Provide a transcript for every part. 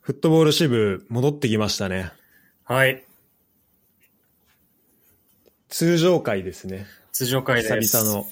フットボール支部戻ってきましたね。 はい。 通常回ですね。 通常回です。 久々の。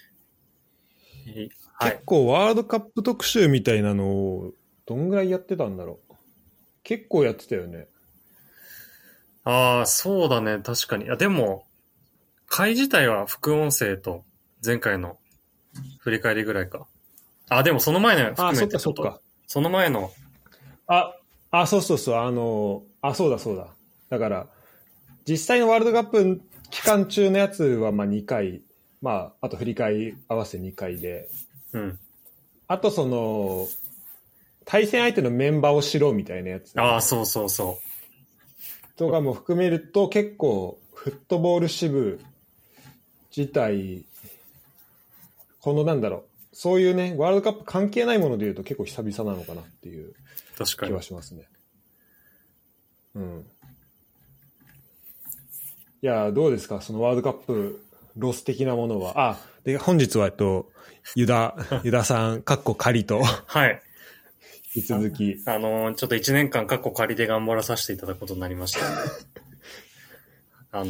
はい、 結構ワールドカップ特集みたいなのをどんぐらいやってたんだろう。結構やってたよね。 ああ、そうだね。確かに。でも、回自体は副音声と前回の振り返りぐらいか。でもその前の含めてそっか。 その前の。 そうそう。そうだ。だから、実際のワールドカップ期間中のやつはまあ2回、あと振り返り合わせ2回で、 うん。 あとその、対戦相手のメンバーを知ろうみたいなやつ。 そう。 とかも含めると結構フットボール支部自体、このそういうね、ワールドカップ関係ないものでいうと結構久々なのかなっていう気はしますね。うん。いや、どうですかそのワールドカップロス的なものは。で、本日はユダさん、仮と。 はい。 引き続き。 ちょっと1年間仮で頑張らさせていただくことになりました。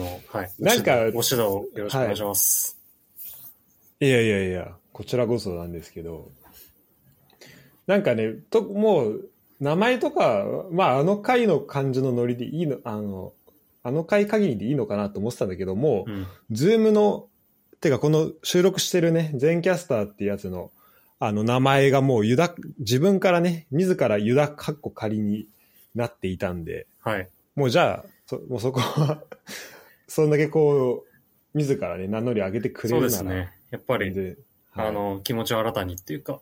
はい。ご指導よろしくお願いします。 はい、いや、こちらこそなんですけど。なんかね、もう、名前とか、あの回の感じのノリでいいの、あの回限りでいいのかなと思ってたんだけども、ズームの、この収録してるね、全キャスターっていうやつの、名前がもう自分からね、自ら仮になっていたんで、 はい。 もうじゃあ、もうそこは、そんだけ自らね、名乗り上げてくれるなら。 そうですね。やっぱり、はい、気持ちを新たにっていうか。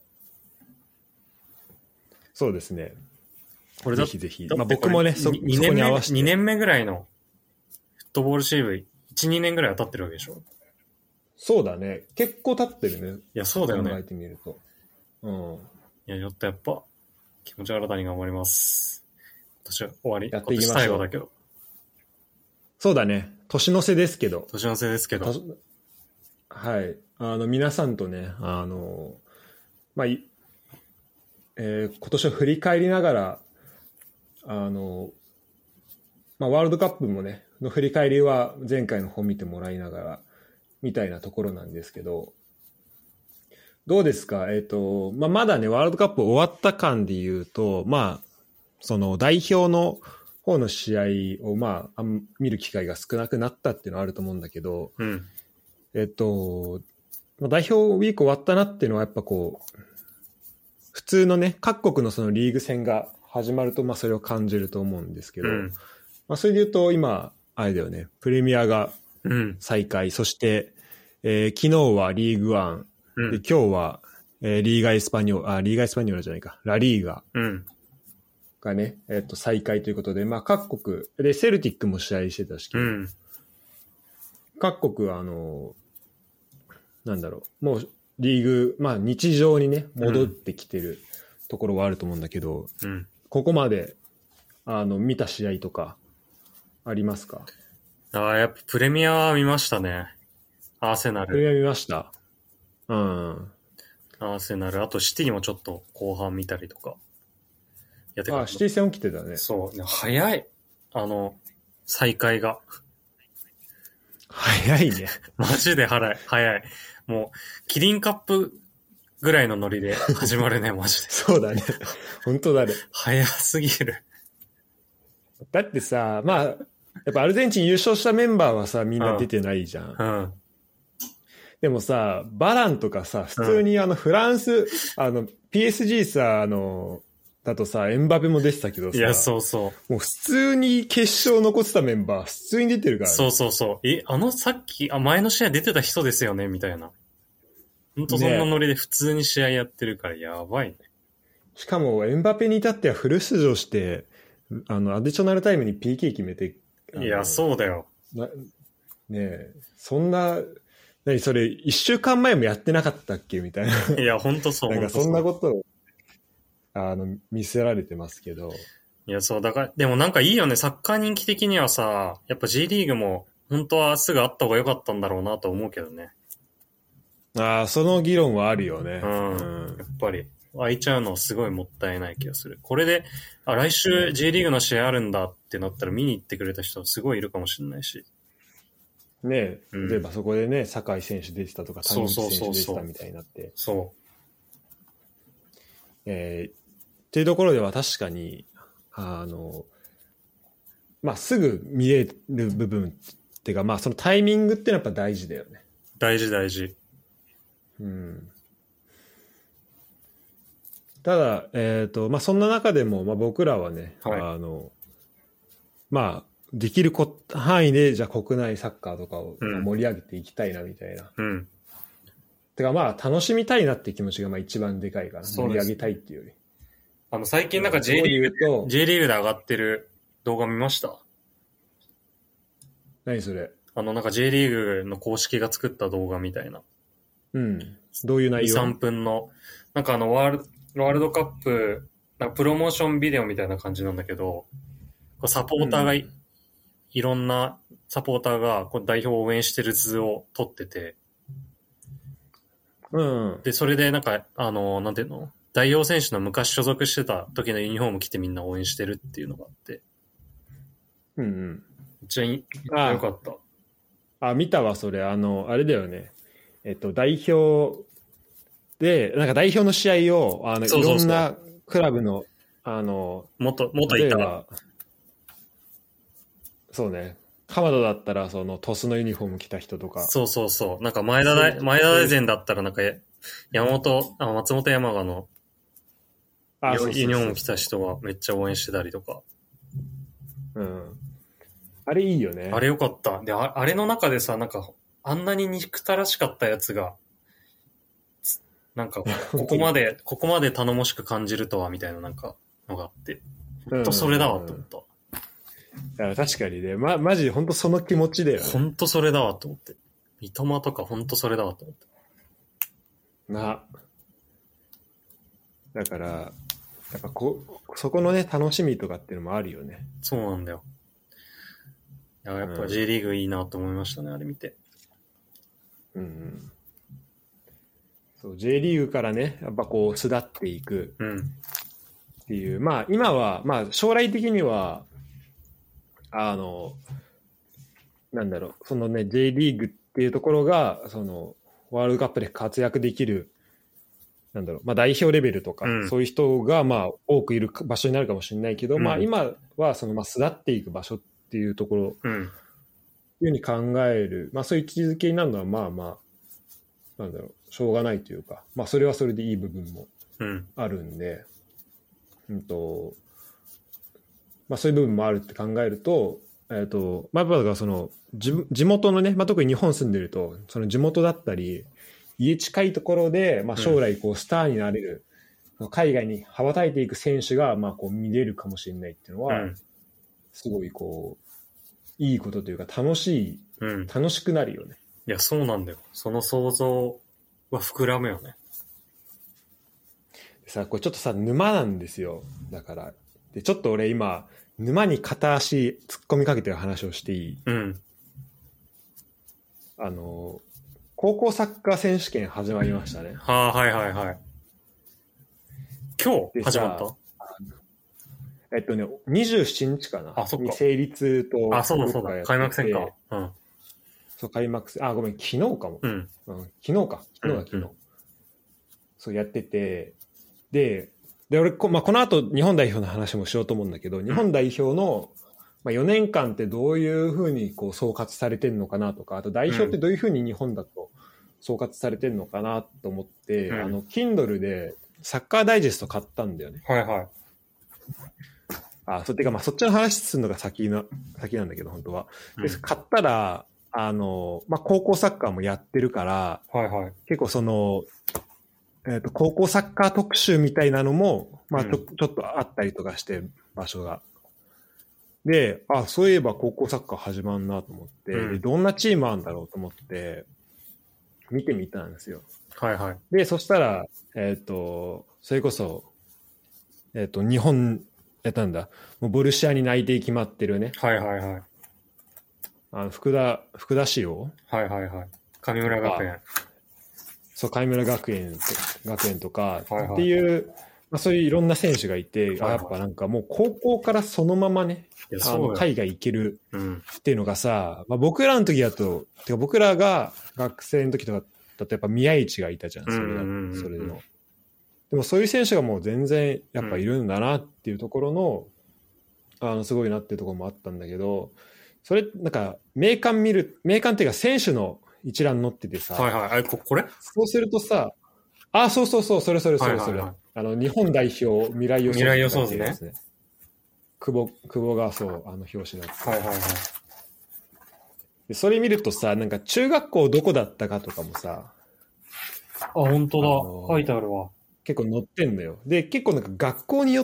そうですね。 これぜひ。僕もね、そこに合わせて。 2年目ぐらいのフットボールシーブ、1、2年ぐらいは経ってるわけでしょ。 そうだね。結構経ってるね。 いや、そうだよね。 考えてみると。うん。 いや、やっぱ、気持ち新たに頑張ります。今年終わり。 やっていきましょう。 今年最後だけど。 そうだね。年の瀬ですけど。はい。皆さんとね、今年を振り返りながら、ワールドカップもね、の振り返りは前回の方見てもらいながら、みたいなところなんですけど、どうですかまだね、ワールドカップ終わった間で言うと、その代表の方の試合を見る機会が少なくなったっていうのはあると思うんだけど、 うん、 代表ウィーク終わったなっていうのはやっぱ普通のね、各国のそのリーグ戦が始まるとそれを感じると思うんですけど、それで言うと今、あれだよね、プレミアが再開、そして、昨日はリーグワン、で今日は、リーガエスパニョーラじゃないか、ラリーガがね、再開ということで、各国でセルティックも試合してたし、各国もうリーグ日常にね戻ってきてるところはあると思うんだけど、ここまで見た試合とかありますか？ やっぱプレミアは見ましたね。アーセナル。 プレミア見ました。うん。 アーセナル、あとシティもちょっと後半見たりとか。 シティ戦起きてたね。 そう。早い。再開が。 早いね。 マジで早い。もう、キリンカップぐらいのノリで始まるね、マジで。 そうだね。本当だね。 早すぎる。 だってさ、やっぱアルゼンチン優勝したメンバーはさ、みんな出てないじゃん。でもさ、バランとかさ、普通にフランス、PSG さ、だとさ、エムバペも出てたけどさ。 いや、そう。 もう普通に決勝残ってたメンバー、普通に出てるからね。 そう。さっき、前の試合出てた人ですよね、みたいな。ほんとそんなノリで普通に試合やってるから、やばいね。 しかも、エムバペに至ってはフル出場して、アディショナルタイムに PK 決めて。 いや、そうだよ。 そんな、それ、1週間前もやってなかったっけみたいな。 いや、ほんとそう。 そんなことを、見せられてますけど。 いや、そう、だから、でもなんかいいよね、サッカー人気的にはさ、やっぱ G リーグも、本当はすぐあった方が良かったんだろうなと思うけどね。 その議論はあるよね。 やっぱり。 空いちゃうのすごいもったいない気がする。これで、来週 J リーグの試合あるんだってなったら見に行ってくれた人すごいいるかもしれないし。 ねえ、例えばそこでね、酒井選手出てたとか、谷口選手出てたみたいになって。 そう。 っていうところでは確かに、まあ、すぐ見える部分っていうか、まあ、そのタイミングっていうのはやっぱ大事だよね。 大事大事。 うん。ただ、まあ、そんな中でも、まあ、僕らはね、 はい、 まあ、できる範囲で、じゃあ国内サッカーとかを盛り上げていきたいな、みたいな。 うん。 てか、まあ、楽しみたいなっていう気持ちがまあ一番でかいかな。盛り上げたいっていうより。 最近なんか J リーグで上がってる動画見ました？ 何それ？ なんか J リーグの公式が作った動画みたいな。 うん。どういう内容 ？2、3分の。なんかワールドカップ、なんかプロモーションビデオみたいな感じなんだけど、サポーターがいろんなサポーターが代表を応援してる図を撮ってて、 うん。 で、それでなんか、なんていうの？代表選手の昔所属してた時のユニフォーム着てみんな応援してるっていうのがあって。 うんうん。 めっちゃよかった。 見たわ、それ。あれだよね。代表で、なんか代表の試合を、いろんなクラブの、 元いた。 そうね。鎌田だったら、その、鳥栖のユニフォーム着た人とか。 そうそうそう。なんか前田大然だったら、なんか、松本山雅のユニフォーム着た人がめっちゃ応援してたりとか。 うん。あれいいよね。 あれよかった。で、あれの中でさ、なんか、あんなに憎たらしかったやつが、なんか、ここまで頼もしく感じるとは、みたいななんか、のがあって、ほんとそれだわと思った。 いや確かにね、マジほんとその気持ちだよね。 ほんとそれだわと思って。三笘とかほんとそれだわと思って。 だから、やっぱそこのね、楽しみとかっていうのもあるよね。 そうなんだよ。いや、やっぱ J リーグいいなと思いましたね、あれ見て。 うんうん。そう、J リーグからね、やっぱこう、巣立っていくっていう、まあ今は、まあ将来的には、なんだろう、そのね、J リーグっていうところが、その、ワールドカップで活躍できる、なんだろう、まあ代表レベルとか、そういう人がまあ多くいる場所になるかもしれないけど、まあ今はその、まあ巣立っていく場所っていうところ、いうふうに考える、まあそういう位置づけになるのはまあまあ、なんだろう、しょうがないというか、まあそれはそれでいい部分もあるんで、まあそういう部分もあるって考えると、まあ、やっぱだからその地元のね、まあ、特に日本住んでるとその地元だったり家近いところで、まあ、将来こうスターになれる、海外に羽ばたいていく選手がまあこう見れるかもしれないっていうのは、すごいこういいことというか楽しくなるよね。 いやそうなんだよ。その想像は膨らむよね。 さ、これちょっとさ沼なんですよ。だからでちょっと俺今沼に片足突っ込みかけてる話をしていい？高校サッカー選手権始まりましたね。 はいはいはい。今日始まった？ 27日かな。 あ、そっか。 に成立と。 あ、そうだ。開幕戦か。 そう、開幕戦。ごめん、昨日かも。昨日。そうやってて、で、俺、まあ、この後日本代表の話もしようと思うんだけど、日本代表の、まあ、4年間ってどういうふうにこう総括されてるのかなとか、あと代表ってどういうふうに日本だと総括されてるのかなと思って、Kindle でサッカーダイジェスト買ったんだよね。 はいはい。 てかまあそっちの話するのが先なんだけど、本当は。で、買ったら、まあ、高校サッカーもやってるから、結構その、高校サッカー特集みたいなのも、まあちょっとあったりとかして、場所が。で、そういえば高校サッカー始まんなと思って、でどんなチームあるんだろうと思って、見てみたんですよ。で、そしたら、それこそ、日本、なんだ、もうボルシアに内定決まってるね。福田師王。 神村学園。 そう神村学園とかはいはいっていう、まあ、そういういろんな選手がいて、 はいはいやっぱなんかもう高校からそのままね、 いやそうよ海外行けるうんっていうのがさ、まあ、僕らの時だと、てか僕らが学生の時とかだとやっぱ宮市がいたじゃん、それそれの。でもそういう選手がもう全然やっぱいるんだなっていうところの、すごいなっていうところもあったんだけど、それなんか名鑑っていうか選手の一覧載っててさ、 はいはいこれそうするとさ、そうそれ、 はいはいはい日本代表未来予想図ですね。 久保がそう、表紙だった。 はいはいはい。 でそれ見るとさ、なんか中学校どこだったかとかもさ、 本当だ、書いてあるわ。 結構載ってんだよ。で、結構なんか学校によって、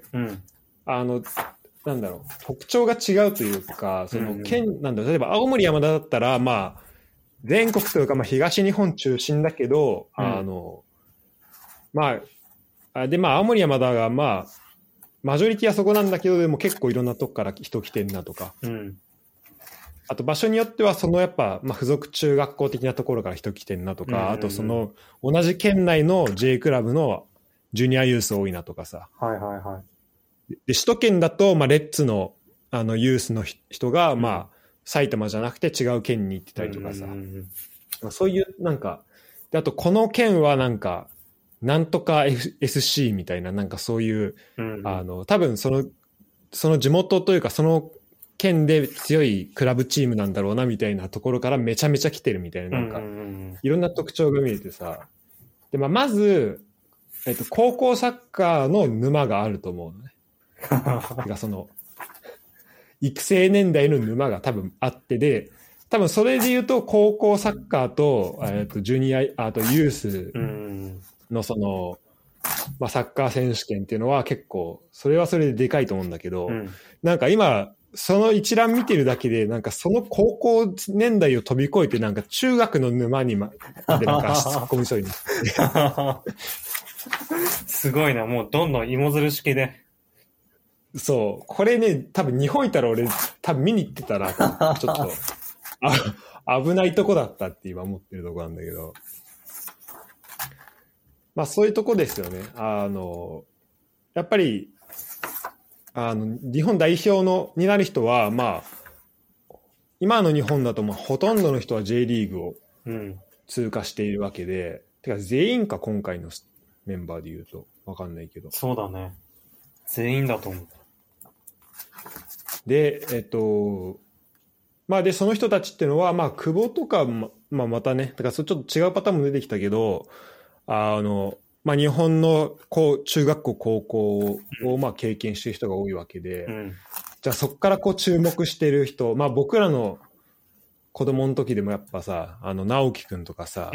うん。 なんだろう、特徴が違うというか、その県、なんだろう、例えば青森山田だったら、まあ、全国というか、まあ、東日本中心だけど、まあ、で、まあ、青森山田が、まあ、マジョリティはそこなんだけど、でも結構いろんなとこから人来てんなとか。あと場所によっては、そのやっぱ、まあ、付属中学校的なところから人来てんなとか、あとその、同じ県内の J クラブのジュニアユース多いなとかさ。 はいはいはい。 で、首都圏だと、まあ、レッツの、ユースの人が、まあ、埼玉じゃなくて違う県に行ってたりとかさ。そういう、なんか、で、あとこの県はなんか、なんとか、SC みたいな、なんかそういう、多分その地元というか、その県で強いクラブチームなんだろうな、みたいなところからめちゃめちゃ来てるみたいな、なんか、いろんな特徴が見えてさ。で、まあ、まず、高校サッカーの沼があると思うのね。てかその、育成年代の沼が多分あってで、多分それで言うと高校サッカーと、ジュニア、あとユースのその、まあサッカー選手権っていうのは結構、それはそれででかいと思うんだけど、なんか今、その一覧見てるだけで、なんかその高校年代を飛び越えて、なんか中学の沼にでなんか足突っ込みそうになって。 すごいな、もうどんどん芋づる式で。 そう。これね、多分日本いたら俺、多分見に行ってたら、ちょっと、危ないとこだったって今思ってるとこなんだけど。まあそういうとこですよね。やっぱり、日本代表になる人は、まあ、今の日本だと、まあほとんどの人は J リーグを通過しているわけで、てか全員か今回のメンバーで言うと、わかんないけど。 そうだね。全員だと思う。 で、まあで、その人たちっていうのは、まあ、久保とか、まあ、またね、だからちょっと違うパターンも出てきたけど、まあ、日本の中学校、高校をまあ経験してる人が多いわけで、じゃあそこからこう注目してる人、まあ僕らの子供の時でもやっぱさ、直樹くんとかさ、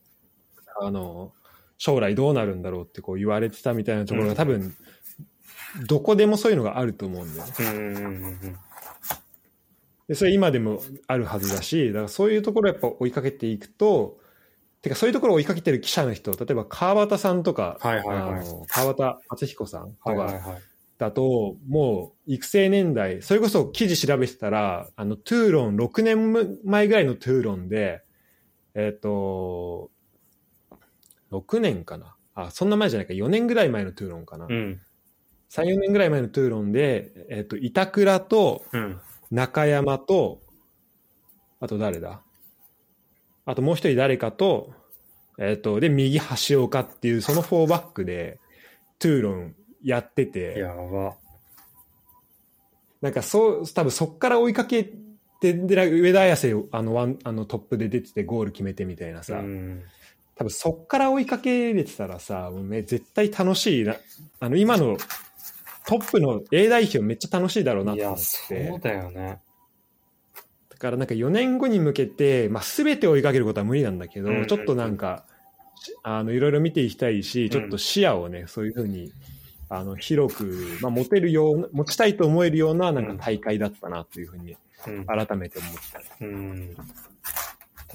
将来どうなるんだろうってこう言われてたみたいなところが多分、どこでもそういうのがあると思うんだよね。でそれ今でもあるはずだし、だからそういうところをやっぱ追いかけていくと、てかそういうところを追いかけてる記者の人、例えば川端さんとか、川端敦彦さんとかだと、もう育成年代、それこそ記事調べてたら、トゥーロン、6年前ぐらいのトゥーロンで、6年かな。そんな前じゃないか、4年ぐらい前のトゥーロンかな。3、4年ぐらい前のトゥーロンで、板倉と、中山と、あと誰だ？あともう一人誰かと、で、右橋岡っていう、その4バックで、トゥーロンやってて、 やば。 なんか多分そっから追いかけて、で、上田綺世トップで出ててゴール決めてみたいなさ、多分そっから追いかけれてたらさ、もう絶対楽しいな、今のトップの A 代表めっちゃ楽しいだろうなと思って。 いや、そうだよね。 だからなんか4年後に向けて、まあ、全て追いかけることは無理なんだけど、ちょっとなんか、いろいろ見ていきたいし、ちょっと視野をね、そういうふうに、広く、まあ、持ちたいと思えるような、なんか大会だったな、というふうに、改めて思った。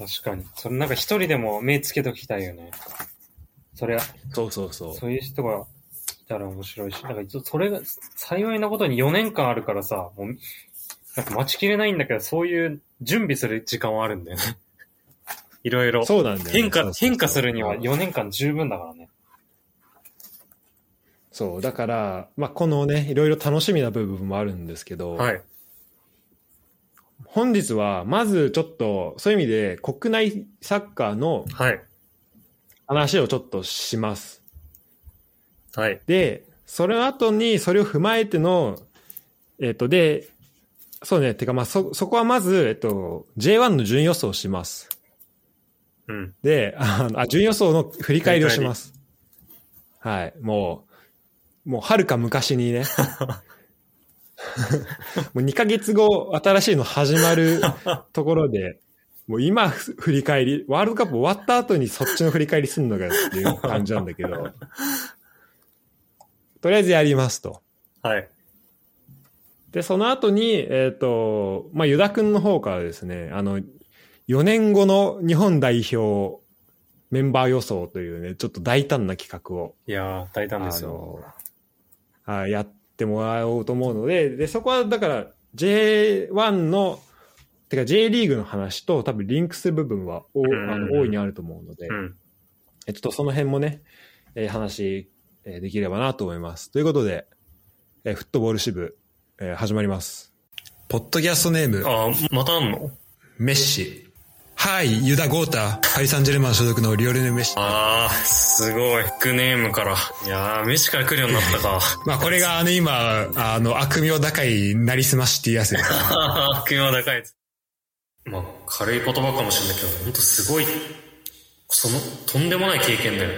確かに。それなんか一人でも目つけときたいよね。それは。 そう。 そういう人がいたら面白いし、なんかそれが、幸いなことに4年間あるからさ、もう、なんか待ちきれないんだけど、そういう準備する時間はあるんだよね。 いろいろ。 そうなんだよね。 変化するには4年間十分だからね。 そう、だから、まあ、このね、いろいろ楽しみな部分もあるんですけど、 はい。 本日は、まずちょっと、そういう意味で、国内サッカーの話をちょっとします。 はい。 で、それの後に、それを踏まえての、で、そうね、てかまあ、そこはまず、J1 の順位予想をします。 うん。 で、順位予想の振り返りをします。はい、もう遥か昔にね、もう2ヶ月後、新しいの始まるところで、もう今振り返り、ワールドカップ終わった後にそっちの振り返りするのかっていう感じなんだけど、とりあえずやりますと。 はい。 で、その後に、まあ、ユダ君の方からですね、4年後の日本代表メンバー予想というね、ちょっと大胆な企画を。 いやー、大胆ですよ。 やってもらおうと思うので、そこはだから J1 の、てか J リーグの話と多分リンクする部分は大いにあると思うので、ちょっとその辺もね、話、できればなと思います。ということで、フットボール支部、始まります。ポッドキャストネーム。 またあんの？ メッシ。はい、ユダ・ゴータ、パリ・サンジェルマン所属のリオネル・メッシ。 すごい。フックネームから。いやー、メッシから来るようになったか。 まあ、これが今、悪名高いなりすましっていうやつです。 悪名高いやつ。まあ、軽い言葉かもしれないけど、本当すごい、とんでもない経験だよね。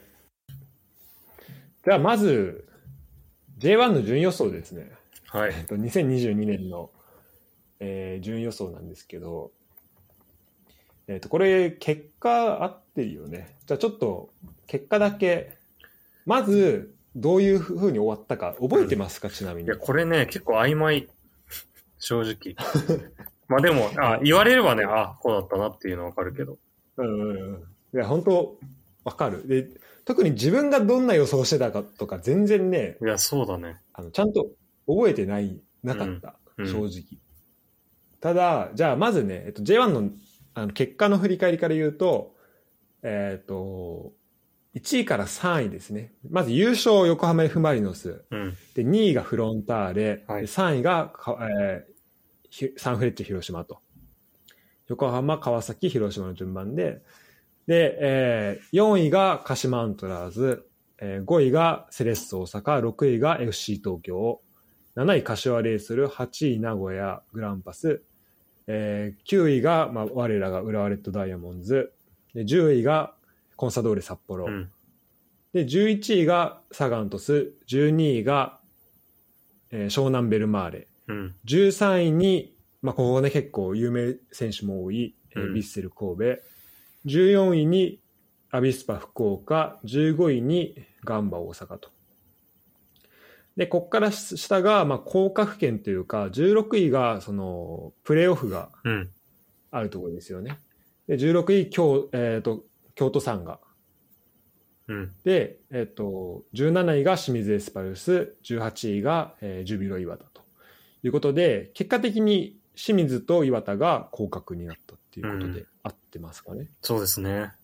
じゃあ、まず、J1 の順位予想ですね。 はい。 2022年の、順位予想なんですけど、これ、結果合ってるよね。じゃあちょっと、結果だけ、まず、どういう風に終わったか、覚えてますか、ちなみに。 いや、これね、結構曖昧。正直。まあでも、言われればね、こうだったなっていうのはわかるけど。 いや、本当わかる。で、特に自分がどんな予想してたかとか、全然ね、 いや、そうだね。 ちゃんと覚えてなかった、正直。ただ、じゃあまずね、J1 の結果の振り返りから言うと、1位から3位ですね。まず優勝横浜 F マリノス、で2位がフロンターレ、で3位が、サンフレッチェ広島と。横浜、川崎、広島の順番で、4位が鹿島アントラーズ、5位がセレッソ大阪、6位が FC 東京、7位柏レイソル、8位名古屋グランパス、9位が、我らが浦和レッドダイヤモンズ、で10位がコンサドーレ札幌、で11位がサガン鳥栖、12位が、湘南ベルマーレ、13位に、ここね結構有名選手も多い、ヴィッセル神戸、14位にアビスパ福岡、15位にガンバ大阪と。で、こっから下が、降格圏というか、16位が、プレーオフがあるところですよね。で、16位、京都サンガ。で、17位が清水エスパルス、18位が、ジュビロ磐田ということで、結果的に清水と磐田が降格になったっていうことで、合ってますかね。 そうですね。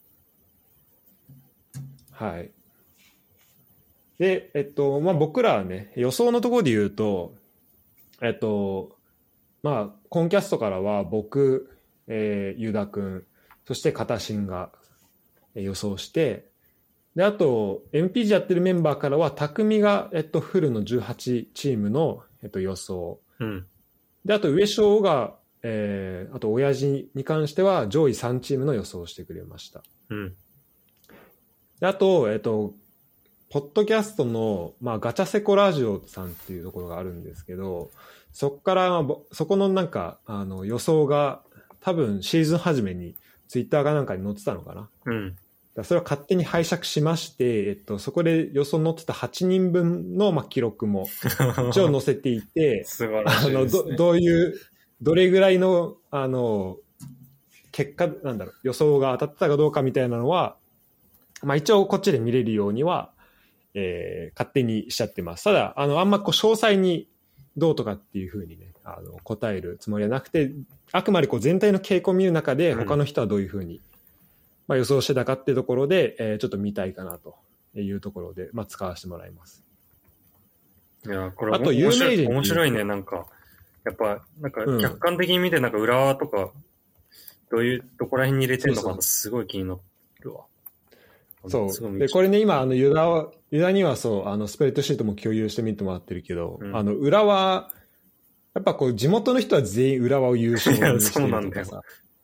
はい。で、僕らはね、予想のところで言うと、コンキャストからは僕、ユダ君、そして片新が予想して、で、あと、MPG やってるメンバーからは、匠が、フルの18チームの、予想。で、あと、上昇が、あと、親父に関しては、上位3チームの予想をしてくれました。で、あと、ポッドキャストの、ガチャセコラジオさんっていうところがあるんですけど、そこから、そこのなんか、予想が、多分シーズン初めにツイッターかなんかに載ってたのかな。だそれを勝手に拝借しまして、そこで予想載ってた8人分の、記録も一応載せていて、 素晴らしいですね。 どれぐらいの、結果、予想が当たったかどうかみたいなのは、一応こっちで見れるようには、勝手にしちゃってます。ただ、あんま詳細にどうとかっていうふうにね、答えるつもりはなくて、あくまで全体の傾向を見る中で、他の人はどういうふうにまあ、予想してたかっていうところで、ちょっと見たいかなというところで、まあ、使わせてもらいます。 いや、これあと有名人面白いね、なんか。やっぱ、なんか客観的に見て、なんか浦和とか、どこら辺に入れてるのかな、すごい気になるわ。 そう。で、これね、今、ユダにはそう、スプレッドシートも共有してみてもらってるけど、浦和、やっぱこう、地元の人は全員浦和を優勝にしてるとかさ。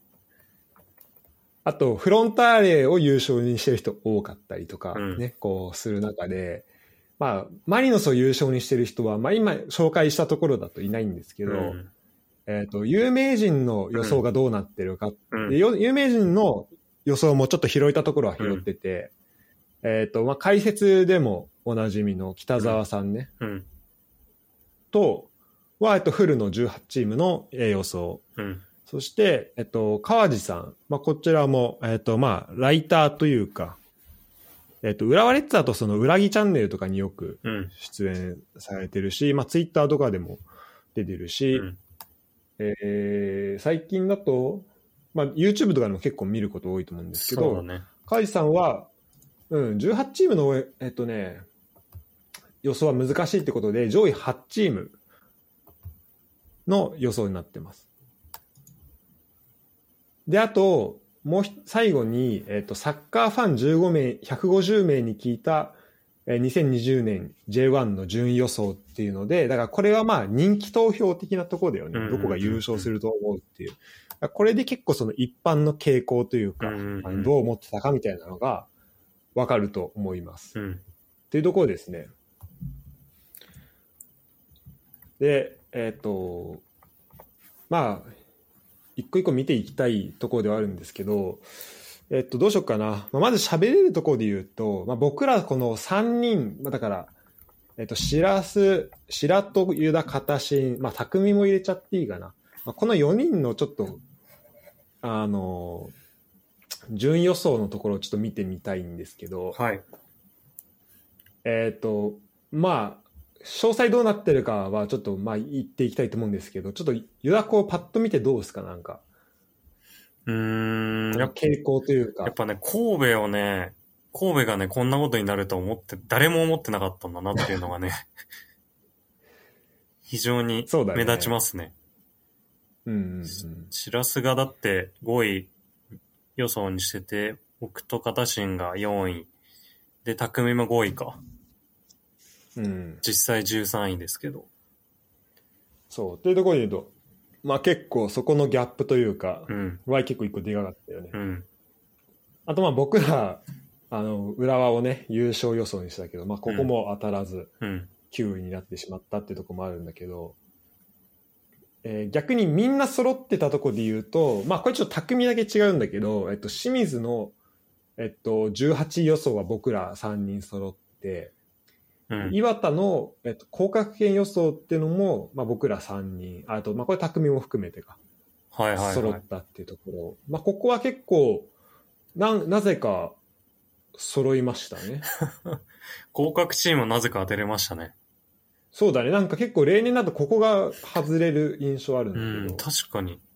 あと、フロンターレを優勝にしてる人多かったりとか、ね、こう、する中で、まあ、マリノスを優勝にしてる人は、まあ今紹介したところだといないんですけど、有名人の予想がどうなってるか、で有名人の予想もちょっと拾えたところは拾ってて、まあ解説でもおなじみの北沢さんね、と、は、フルの18チームの予想。そして、川地さん。まあ、こちらも、まあ、ライターというか、浦和レッズだとその裏木チャンネルとかによく出演されてるし、まあツイッターとかでも出てるし、最近だと、まあ YouTube とかでも結構見ること多いと思うんですけど、川地さんは、18チームの、予想は難しいってことで、上位8チームの予想になってます。で、あと、もう最後に、サッカーファン15名、150名に聞いた、2020年 J1 の順位予想っていうので、だからこれはまあ人気投票的なところだよね。どこが優勝すると思うっていう。これで結構その一般の傾向というか、どう思ってたかみたいなのがわかると思います。っていうところですね。で、まあ、一個一個見ていきたいところではあるんですけど、どうしようかな。まず喋れるところで言うと、まあ、僕らこの3人、だから、白戸、ユダ、片新、まあ、匠も入れちゃっていいかな。まあ、この4人のちょっと、順位予想のところをちょっと見てみたいんですけど、 はい。 まあ、詳細どうなってるかはちょっとまあ言っていきたいと思うんですけど、ちょっとユダこうパッと見てどうですか、なんか。傾向というか。 やっぱね、神戸がね、こんなことになると誰も思ってなかったんだなっていうのがね、非常に目立ちますね。しらすがだって5位予想にしてて、僕と片新が4位。で、匠も5位か。実際13位ですけど。 そう。っていうところで言うと、まあ結構そこのギャップというか、は結構一個でかかったよね。あとまあ僕ら、浦和をね、優勝予想にしたけど、まあここも当たらず、9位になってしまったっていうところもあるんだけど、逆にみんな揃ってたところで言うと、まあこれちょっと匠だけ違うんだけど、清水の、18予想は僕ら3人揃って、岩田の、降格圏予想っていうのも、まあ、僕ら3人、あと、まあ、これ匠も含めてか、揃ったっていうところ。まあ、ここは結構、なぜか揃いましたね。 降格チームはなぜか当てれましたね。 そうだね。なんか結構例年だとここが外れる印象あるんだけど。 確かに。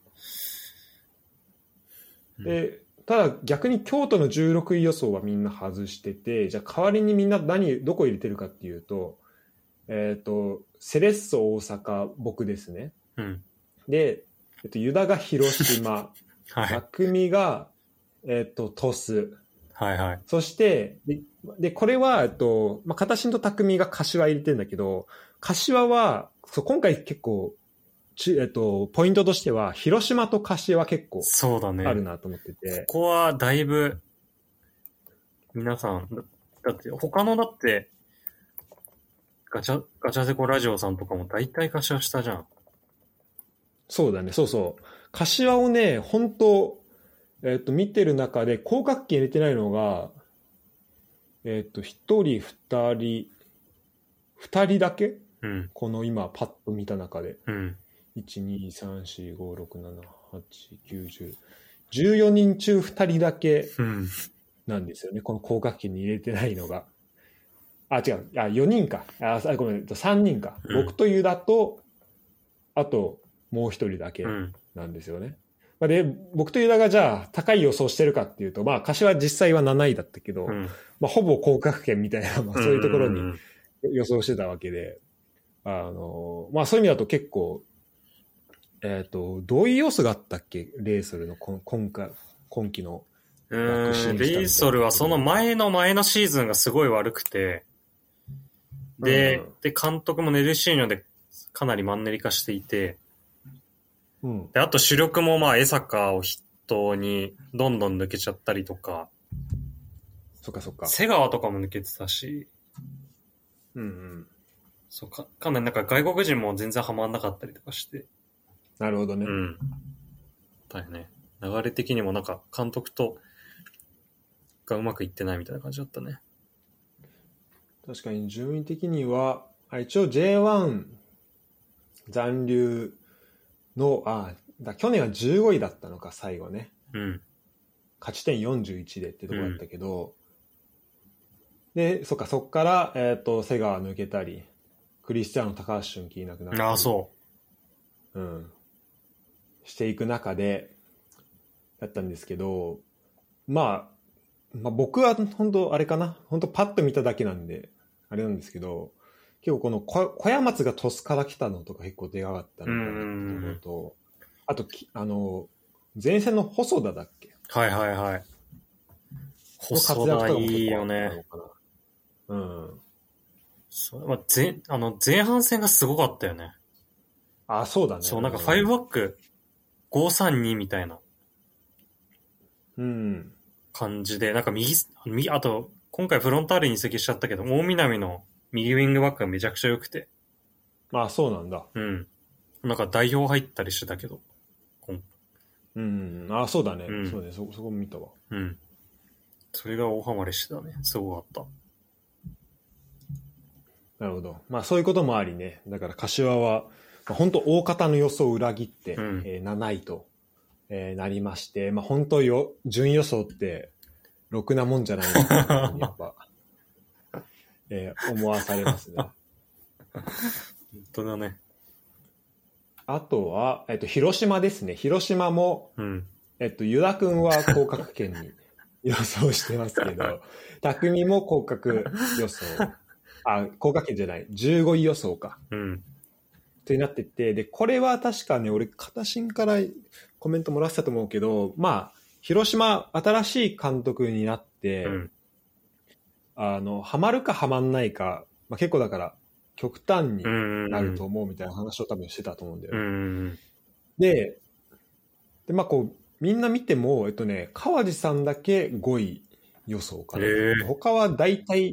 で、ただ逆に京都の16位予想はみんな外してて、じゃあ代わりにみんなどこ入れてるかっていうと、セレッソ大阪、僕ですね。で、ユダが広島、匠が、鳥栖。そして、で、これは、まあ、片新と匠が柏入れてるんだけど、柏は、今回結構、ポイントとしては、広島と柏は結構あるなと思ってて。 ここはだいぶ、皆さん、だって他のだって、ガチャセコラジオさんとかも大体柏下じゃん。 そうだね、そうそう。柏をね、本当見てる中で、降格圏入れてないのが、1人、2人だけ、この今、パッと見た中で。1、2、3、4、5、6、7、8、9、10。14人中2人だけなんですよね。この降格圏に入れてないのが。違う。4人か。ごめん。3人か。僕とユダと、あと、もう1人だけなんですよね。 で、僕とユダがじゃあ高い予想してるかっていうと、まあ柏実際は7位だったけど、まあほぼ降格圏みたいな、まあそういうところに予想してたわけで、まあそういう意味だと結構、どういう要素があったっけレイソルの今季のレイソルはその前のシーズンがすごい悪くて、で、監督もネルシーニョでかなりマンネリ化していて、で、あと主力もまあ江坂を筆頭にどんどん抜けちゃったりとか、 そっかそっか。 瀬川とかも抜けてたし、そうかなりなんか外国人も全然ハマんなかったりとかして。 なるほどね。 だよね。流れ的にもなんか監督とがうまくいってないみたいな感じだったね。 確かに順位的には、一応 J1 残留の、去年は15位だったのか、最後ね。勝ち点41でってとこだったけど、で、そっから、瀬川抜けたり、クリスティアーノ高橋俊樹いなくなったり。していく中で、だったんですけど、まあ僕は本当あれかな、本当パッと見ただけなんで、あれなんですけど、結構この小屋松が鳥栖から来たのとか結構でかかったのかなってところと、あと前線の細田だっけ？ はいはいはい。細田いいよね。前半戦がすごかったよね。 そうだね。 そう、なんか5バック532みたいな感じで、なんかあと今回フロンターレに移籍しちゃったけど、大南の右ウィングバックがめちゃくちゃ良くて。 そうなんだ。 なんか代表入ったりしてたけど。 そうだね。そうね、そこ見たわ。 それが大ハマりしてたね。すごかった。 なるほど。そういうこともありね。だから柏は、本当大方の予想を裏切って、7位と、なりまして、本当順位予想ってろくなもんじゃないなってやっぱ、思わされますね。 本当だね。 あとは、広島ですね。広島も、ユダ君は降格圏に予想してますけど、匠も降格予想。降格圏じゃない。15位予想か。となってて、で、これは確かね、俺、片新からコメントもらってたと思うけど、広島、新しい監督になって、ハマるかハマんないか、結構だから、極端になると思うみたいな話を多分してたと思うんだよね。で、みんな見ても、川地さんだけ5位予想かな。他は大体、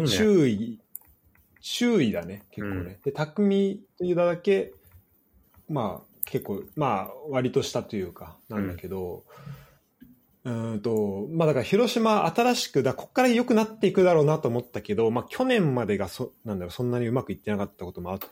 周囲だね、結構ね。で、匠というだけ、結構、割としたというか、なんだけど、だから広島新しくこっから良くなっていくだろうなと思ったけど、去年までがそんなにうまくいってなかったこともあって、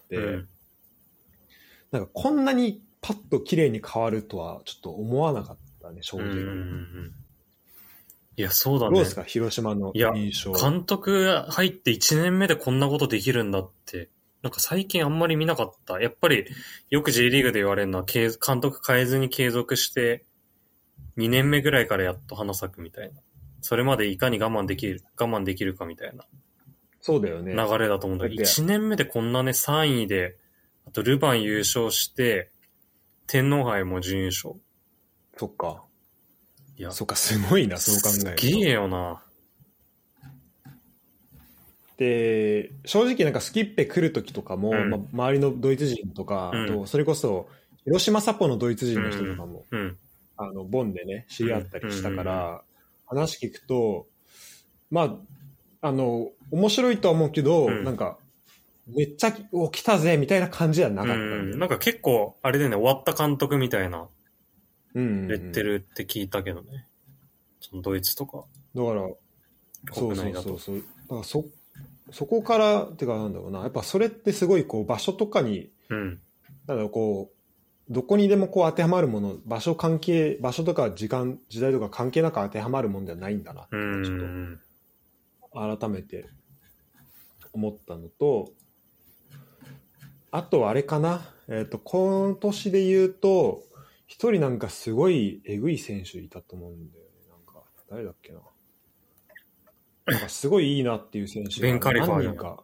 なんかこんなにパッと綺麗に変わるとはちょっと思わなかったね、正直。 いや、そうだね。 どうですか、広島の印象。 監督入って1年目でこんなことできるんだって、なんか最近あんまり見なかった。やっぱりよく J リーグで言われるのは監督変えずに継続して、2年目ぐらいからやっと花咲くみたいな。それまでいかに我慢できるかみたいな。 そうだよね。 流れだと思うんだけど、1年目でこんなね、3位で、あとルヴァン優勝して、天皇杯も準優勝。 そっか。いや、そっか、すごいな、そう考えると。 すげえよな。 で、正直なんかスキッペ来る時とかも、周りのドイツ人とか、あとそれこそ、広島サポのドイツ人の人とかも、ボンでね、知り合ったりしたから、話聞くと、面白いとは思うけど、なんか、めっちゃ、来たぜ、みたいな感じではなかった、 なんか結構、あれでね、終わった監督みたいな、レッテルって聞いたけどね。そのドイツとか。 だから、そうだからそこから、ってかなんだろうな、やっぱそれってすごいこう、場所とかに、どこにでもこう当てはまるもの、場所とか時代とか関係なく当てはまるものではないんだなって、ちょっと、改めて思ったのと、あとあれかな、今年で言うと、 一人なんかすごいえぐい選手いたと思うんだよね。なんか、誰だっけな。なんかすごいいいなっていう選手ベンカリファー何人か。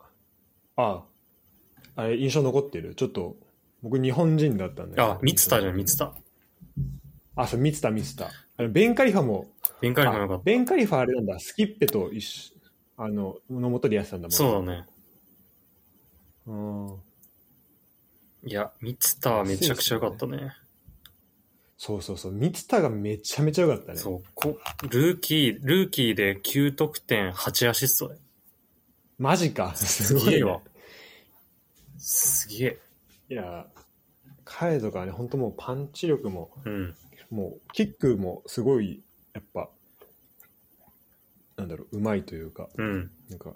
あれ印象残ってる。ちょっと、僕日本人だったんだけど。 ミツタじゃん、ミツタ。 そう、ミツタ。ベンカリファも、 ベンカリファよかった。 ベンカリファあれなんだ、スキッペと一緒、の元でやってたんだもん。 そうだね。 うん。 いや、ミツタはめちゃくちゃ良かったね。 そう、ミツタがめちゃめちゃ良かったね。 そう、ルーキーで9得点、8アシストで。 マジか。 すげえわ。すげえ。 いや、彼とかね、本当もうパンチ力も、もうキックもすごい、やっぱ、なんだろう、うまいというか、なんか、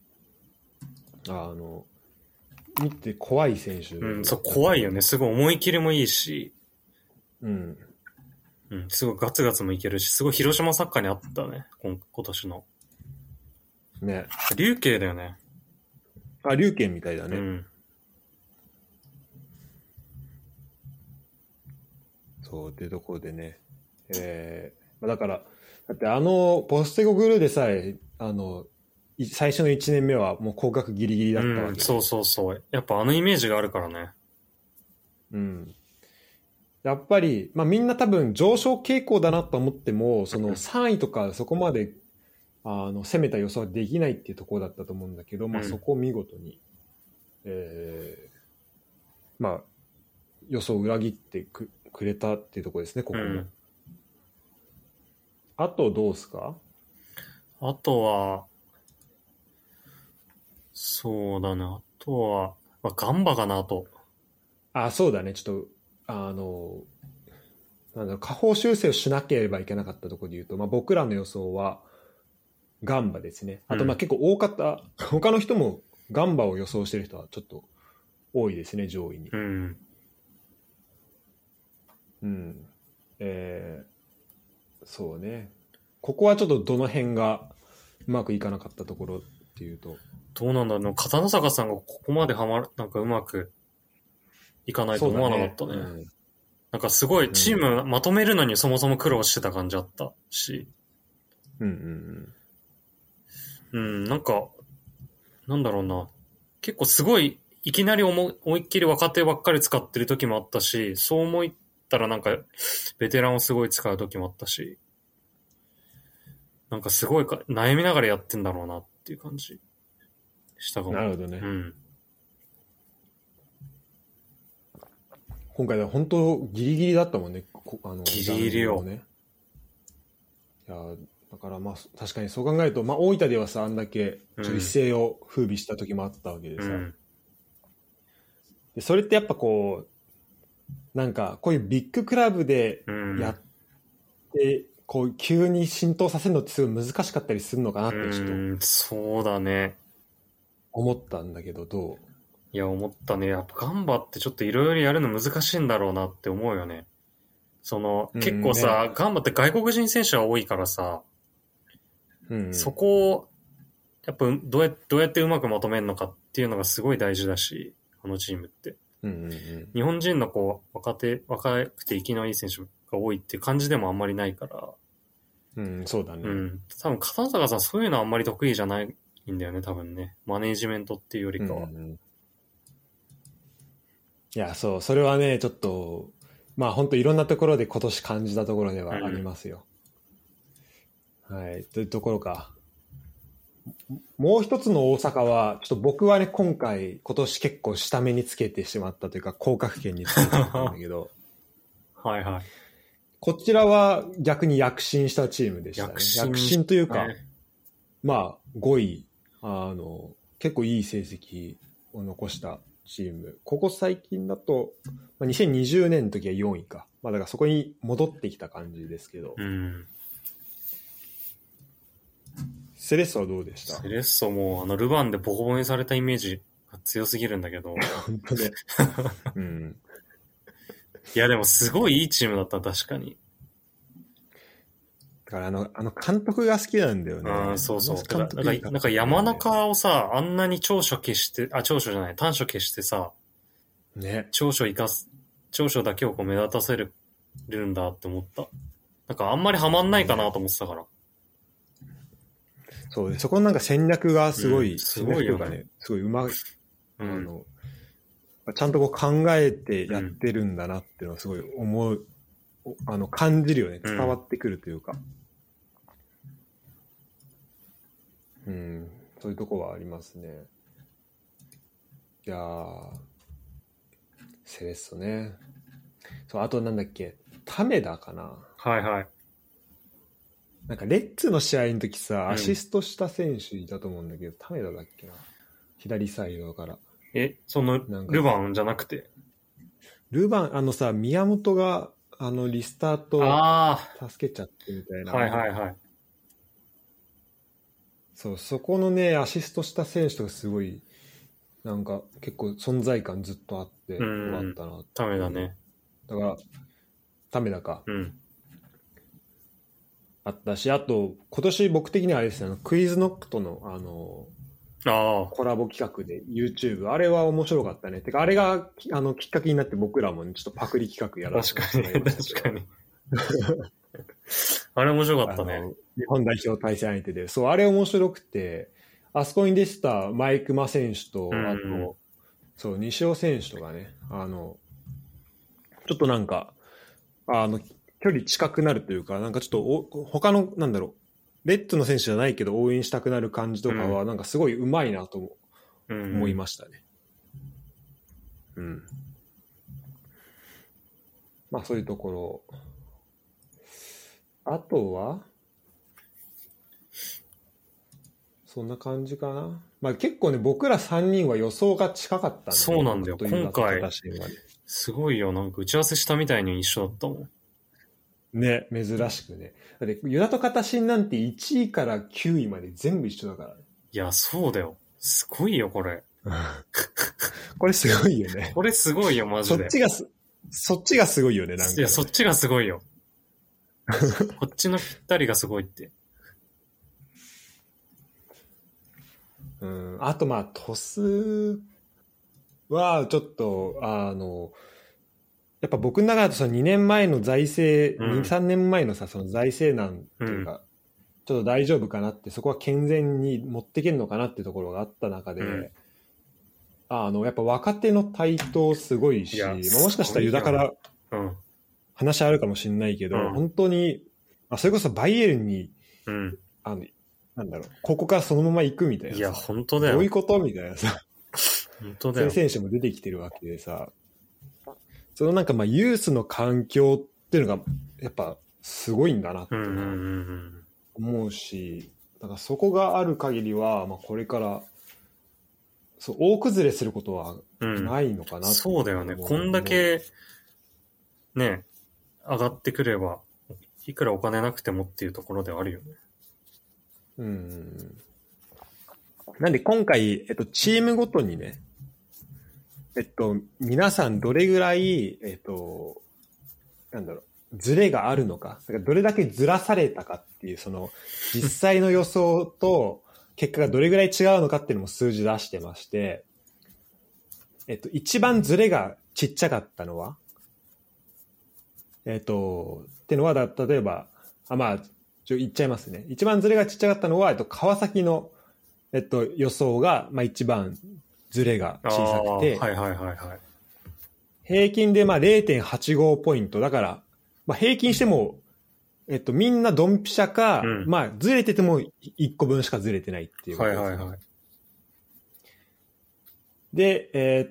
見て怖い選手、 そう、怖いよね。すごい思い切りもいいし、すごいガツガツもいけるし、すごい広島サッカーにあったね、今年の。 ね。 龍慶だよね。 龍慶みたいだね。そうっていうところでね、だからだってポステゴグルーでさえ最初の1年目はもう降格ギリギリだったわけ、 そうやっぱイメージがあるからね。 やっぱり、みんな多分上昇傾向だなと思ってもその3位とかそこまで攻めた予想はできないっていうところだったと思うんだけど、そこを見事に、予想を裏切ってくれたっていうところですね、ここも。あとどうですか？ あとは、そうだね。あとは、ガンバかなと。 そうだね。ちょっと、下方修正をしなければいけなかったところで言うと、僕らの予想はガンバですね。あと、結構他の人もガンバを予想してる人はちょっと多いですね、上位に。そうね。ここはちょっとどの辺がうまくいかなかったところっていうと。 どうなんだろう。片野坂さんがここまでなんかうまくいかないと思わなかったね。なんかすごいチームまとめるのにそもそも苦労してた感じあったし。なんか、なんだろうな。結構すごい、いきなり思いっきり若手ばっかり使ってる時もあったし、そう思ったらなんか、ベテランをすごい使う時もあったし、なんかすごい悩みながらやってんだろうなっていう感じしたかも。 なるほどね。今回は本当ギリギリだったもんね。 ギリギリよ。 いやだから確かにそう考えると、大分ではさあんだけ一世を風靡した時もあったわけでさ、でそれってやっぱこうなんかこういうビッグクラブでやって、こう急に浸透させるのってすごい難しかったりするのかなってちょっとそうだね思ったんだけど、どう？ いや思ったね。やっぱガンバってちょっといろいろやるの難しいんだろうなって思うよね。結構さ、ガンバって外国人選手が多いからさ、そこをやっぱどうやってうまくまとめるのかっていうのがすごい大事だし、このチームって、日本人の若くて生きのいい選手が多いっていう感じでもあんまりないから、 そうだね。 多分片坂さんそういうのはあんまり得意じゃないんだよね、多分ね。マネージメントっていうよりかは。 いや、それはね、ちょっと本当いろんなところで今年感じたところではありますよ。はい、というところか。もう一つの大阪は、ちょっと僕はね、今年結構下目につけてしまったというか、降格圏につけてしまったんだけど。 はいはい。 こちらは逆に躍進したチームでしたね。躍進というか、5位、結構いい成績を残したチーム。ここ最近だと、2020年の時は4位か。だからそこに戻ってきた感じですけど。セレッソはどうでした？ セレッソもルヴァンでボコボコにされたイメージが強すぎるんだけど。 本当ね。 いやでもすごいいいチームだった、確かに。 だから監督が好きなんだよね。 そう。なんか山中をさ、あんなに短所消してさ、 ね。 長所だけを目立たせるれるんだって思った。なんかあんまりハマんないかなと思ってたから。 そうで、そこのなんか戦略がすごい、 すごいよね。 戦略とかね、すごいうまい。 うんちゃんとこう考えてやってるんだなっていうのはすごい思う、感じるよね。伝わってくるというか。そういうとこはありますね。いやー、セレッソね。そう、あとなんだっけ、タメダかな。 はいはい。 なんかレッツの試合の時さ、アシストした選手いたと思うんだけど、タメダだっけな。左サイドから。 そのルヴァンじゃなくて。 ルヴァン、さ、宮本が、リスタート助けちゃってみたいな。 はいはいはい。 そう、そこのね、アシストした選手とかすごい、なんか結構存在感ずっとあってよかったな。 タメだね。 だから、タメだか。 うん。 あったし、あと、今年僕的にはあれですね、クイズノックとの、コラボ企画で YouTube、あれは面白かったね。てか、あれが、きっかけになって僕らも、ね、ちょっとパクリ企画やらせてもらいました。 確かに。あれ面白かったね。 日本代表対戦相手で。そう、あれ面白くて、あそこに出てたマイクマ選手と、あと、そう、西尾選手とかね、ちょっとなんか、距離近くなるというか、なんかちょっと他の、なんだろう、レッツの選手じゃないけど応援したくなる感じとかは、なんかすごい上手いなと思いましたね。まあそういうところ。あとはそんな感じかな。まあ結構ね、僕ら3人は予想が近かったんで、 そうなんだよ。今回、すごいよ。なんか打ち合わせしたみたいに一緒だったもん。 ね、珍しくね。だってユダとカタシンなんて1位から9位まで全部一緒だからね。 いや、そうだよ。すごいよ、これ。 これすごいよね。 これすごいよ、マジで。 そっちがすごいよね、なんか、ね。 いや、そっちがすごいよ。こっちのぴったりがすごいって。 あとまあ、トスはちょっと、やっぱ僕の中だとその2年前の財政、2、3年前のさ、その財政難っていうか、ちょっと大丈夫かなって、そこは健全に持っていけるのかなっていうところがあった中で、やっぱ若手の台頭すごいし、もしかしたらユダから話あるかもしれないけど、本当に、それこそバイエルンに、なんだろう、ここからそのまま行くみたいな。 いや、本当だよ。 どういうことみたいなさ。 本当だよ。 そういう選手も出てきてるわけでさ、そのなんかまあユースの環境っていうのがやっぱすごいんだなって思うし、だからそこがある限りは、まあ、これからそう大崩れすることはないのかな、 そうだよね。こんだけね上がってくればいくらお金なくてもっていうところではあるよね。 なんで今回、チームごとにね、皆さんどれぐらい、なんだろう、ズレがあるのか、だからどれだけずらされたかっていう、その、実際の予想と結果がどれぐらい違うのかっていうのも数字出してまして、一番ズレがちっちゃかったのは、ってのは例えば、まあ、言っちゃいますね。一番ズレがちっちゃかったのは、川崎の、予想が、まあ一番ズレが小さくて、平均でまあ 0.85 ポイント。だから、まあ平均しても、みんなドンピシャか、まあずれてても1個分しかずれてないっていう。で、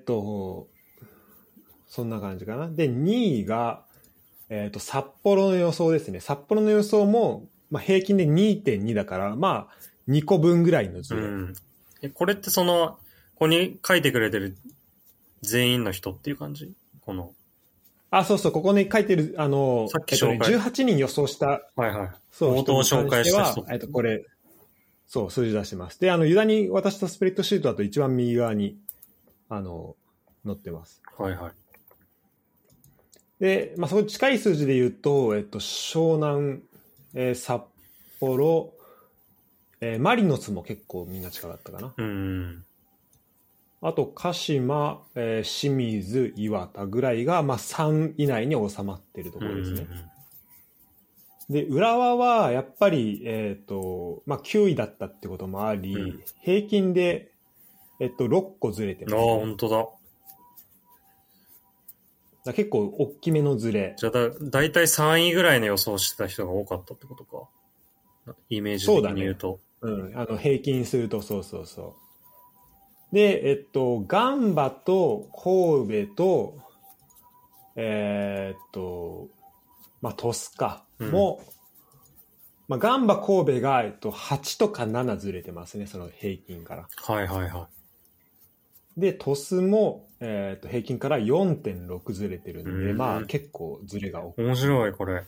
そんな感じかな。で、2位が、札幌の予想ですね。札幌の予想も、まあ、平均で 2.2 だから、まあ、2個分ぐらいのズレ。 これってその、ここに書いてくれてる全員の人っていう感じこの。 そうそう、ここに書いてる、 さっき紹介 18人予想した、 そう、冒頭紹介した人。 これ、そう、数字出してます。で、ユダに渡したスプレッドシートだと一番右側に、載ってます。で、まあ、そこ近い数字で言うと、湘南、札幌、マリノスも結構みんな近かったかな。 あと鹿島、清水、岩田ぐらいが、まあ、3以内に収まっているところですね。で、浦和はやっぱり、まあ、9位だったってこともあり、平均で、6個ずれてます、ね。 ああ、本当だ。 結構大きめのずれ。 じゃあだいたい3位ぐらいの予想してた人が多かったってことか。イメージ的に言うと。 そうだね。うん。平均すると、そうそうそう。で、ガンバと神戸と、まあ、鳥栖か。も、まあ、ガンバ神戸が、8とか7ずれてますね、その平均から。 はいはいはい。 で、鳥栖も、平均から 4.6 ずれてるんで、まあ結構ずれが大きい。 面白い、これ。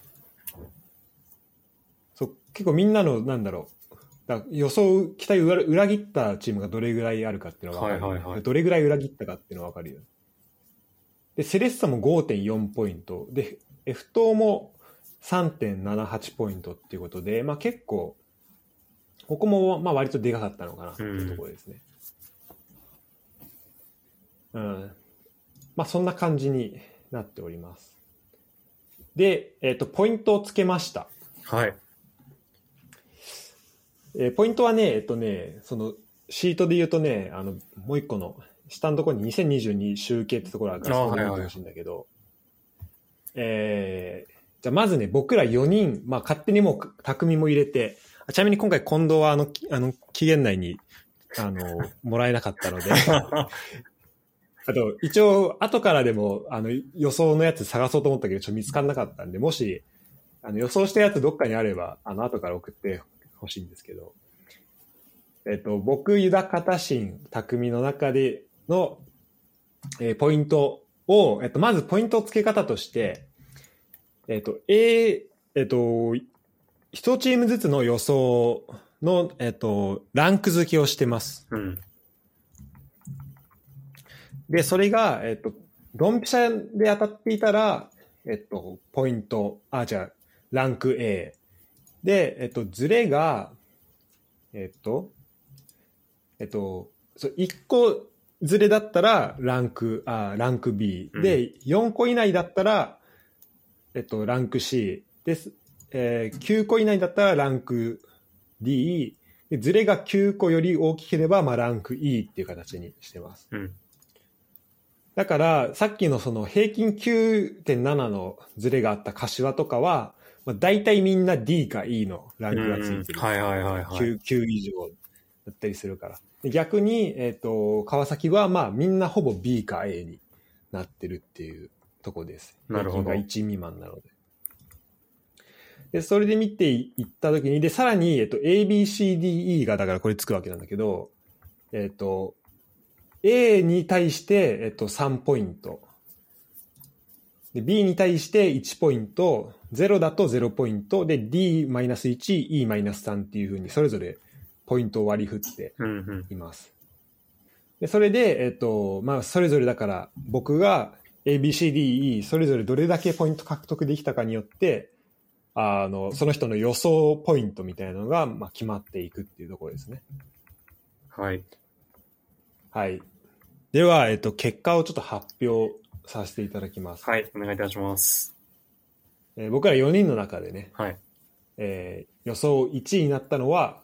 そう、結構みんなの、なんだろう、だ予想、期待を裏切ったチームがどれぐらいあるかっていうのは分かる、ね。はいはいはい。どれぐらい裏切ったかっていうのは分かるよ。で、セレッサも 5.4 ポイント。で、F 東も 3.78 ポイントっていうことで、まあ結構、ここもまあ割とでかかったのかなっていうところですね。うん。まあそんな感じになっております。で、ポイントをつけました。 はい。 ポイントはね、そのシートで言うとね、もう一個の下のところに2022集計ってところがあるから、それを見てほしいんだけど、じゃあまずね、僕ら4人、まあ勝手にもう匠も入れて、ちなみに今回近藤は期限内に、もらえなかったので、あと、一応、後からでも、予想のやつ探そうと思ったけど、ちょっと見つからなかったんで、もし、予想したやつどっかにあれば、後から送ってほしいんですけど、僕、ユダ・カタシン、匠の中での、ポイントを、まずポイント付け方として、一チームずつの予想の、ランク付けをしてます。 うん。 で、それが、ドンピシャで当たっていたら、ポイント、ランク A。で、ズレが、1個ズレだったらランク B。で、4個以内だったら、ランク C。です。9個以内だったらランク D。でズレが9個より大きければ、まあ、ランク E っていう形にしてます。だから、さっきのその平均 9.7 のズレがあった柏とかは、まあ、大体みんな D か E のランクがついてる。 はいはいはいはい。 9以上だったりするから。逆に、川崎はまあみんなほぼ B か A になってるっていうとこです。 なるほど。 平均が1未満なので。で、それで見ていったときに、で、さらに、A, B, C, D, E がだからこれつくわけなんだけど、A に対して、3ポイント。で、B に対して1ポイント、0だと0ポイント、で、D-1、E-3 っていう風にそれぞれポイントを割り振っています。で、それで、まあ、それぞれだから、僕が A, B, C, D, E、それぞれどれだけポイント獲得できたかによって、その人の予想ポイントみたいなのが、まあ、決まっていくっていうところですね。 はい。 はい。では、結果をちょっと発表させていただきます。 はい、お願いいたします。 僕ら4人の中でね、 はい。 予想1位になったのは、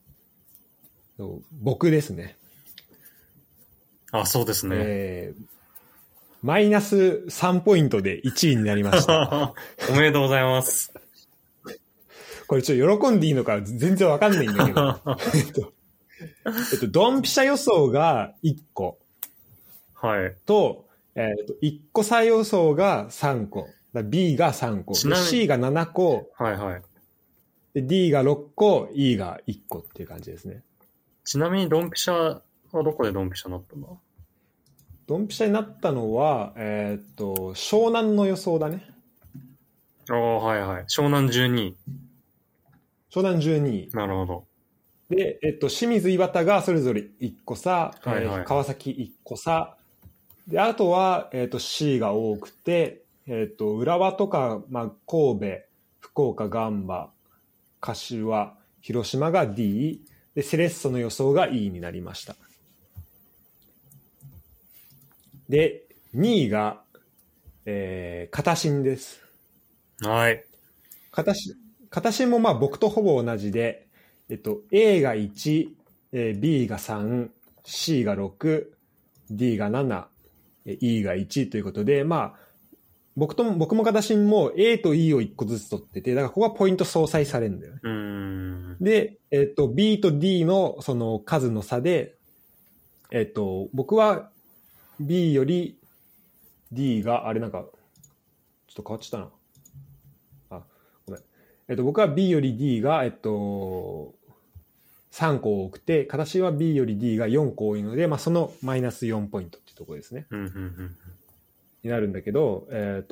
僕ですね。 あ、そうですね。 マイナス3ポイントで1位になりました。 おめでとうございます。 これちょっと喜んでいいのか全然わかんないんだけど。ドンピシャ予想が1個。 はい。 と、1個差予想が3個。B が3個。C が7個。 はいはい。 で D が6個、E が1個っていう感じですね。 ちなみにドンピシャはどこでドンピシャになったんだ？ ドンピシャになったのは、湘南の予想だね。 ああ、はいはい。湘南12位。 湘南12位。 なるほど。 で、清水岩田がそれぞれ1個差、 はいはい、 川崎1個差。で、あとは、C が多くて、浦和とか、まあ、神戸、福岡、ガンバ、柏、広島が D、で、セレッソの予想が E になりました。 で、2位が、片新です。 はい。 片新もまあ僕とほぼ同じで、A が1、B が3、C が6、D が7、E が1ということで、まあ、僕も片新も A と E を1個ずつ取ってて、だからここはポイント相殺されるんだよね。で、B と D のその数の差で、僕は B より D が、あれなんか、ちょっと変わっちゃったな。あ、ごめん。僕は B より D が、3個多くて、形は B より D が4個多いので、まあ、そのマイナス4ポイントっていうところですね。になるんだけど、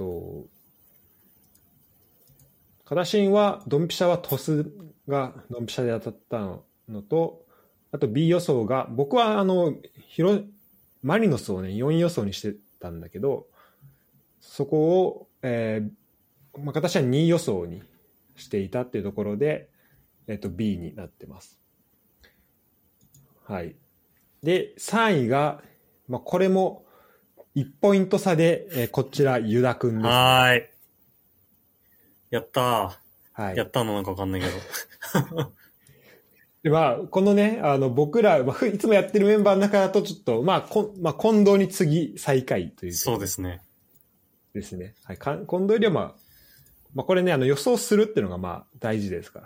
形は、ドンピシャはトスがドンピシャで当たったのと、あと B 予想が、僕はマリノスをね、4予想にしてたんだけど、そこを、まあ、形は2予想にしていたっていうところで、B になってます。はい。で、3位が、まあ、これも1ポイント差で、こちら、ユダくんです、ね。 はい。やったー。 はい。 やったのなんかわかんないけど。 でまあ、このね、僕ら、まあ、いつもやってるメンバーの中だとちょっと、まあ、近藤に次最下位という。 そうですね。 ですね。はい。近藤よりはまあ、これね、予想するっていうのがまあ、大事ですから。